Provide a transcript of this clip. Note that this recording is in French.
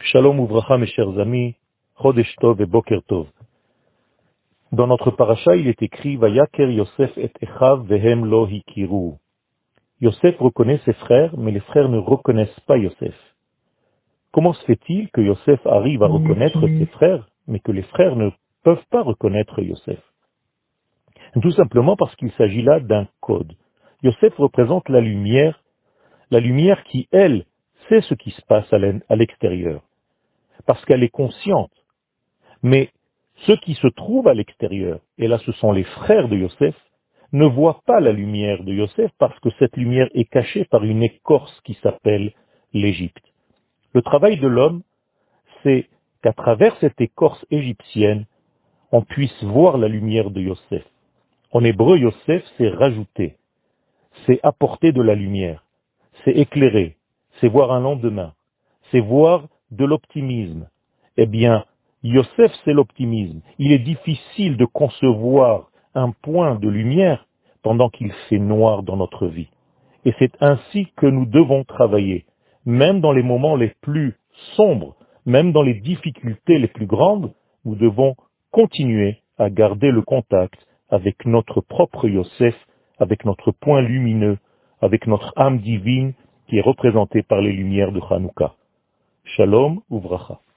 Shalom Uvracha, mes chers amis, Chodesh Tov et Boker Tov. Dans notre paracha, il est écrit Vayaker Yosef et Echav vehem lo hikiru. Yosef reconnaît ses frères, mais les frères ne reconnaissent pas Yosef. Comment se fait-il que Yosef arrive à reconnaître ses frères, mais que les frères ne peuvent pas reconnaître Yosef? Tout simplement parce qu'il s'agit là d'un code. Yosef représente la lumière qui, elle, sait ce qui se passe à l'extérieur, parce qu'elle est consciente. Mais ceux qui se trouvent à l'extérieur, et là ce sont les frères de Yosef, ne voient pas la lumière de Yosef parce que cette lumière est cachée par une écorce qui s'appelle l'Égypte. Le travail de l'homme, c'est qu'à travers cette écorce égyptienne, on puisse voir la lumière de Yosef. En hébreu, Yosef, c'est rajouter, c'est apporter de la lumière, c'est éclairer, c'est voir un lendemain, c'est voir de l'optimisme. Eh bien, Yosef, c'est l'optimisme. Il est difficile de concevoir un point de lumière pendant qu'il fait noir dans notre vie. Et c'est ainsi que nous devons travailler, même dans les moments les plus sombres, même dans les difficultés les plus grandes, nous devons continuer à garder le contact avec notre propre Yosef, avec notre point lumineux, avec notre âme divine qui est représentée par les lumières de Hanouka. Shalom Uvracha.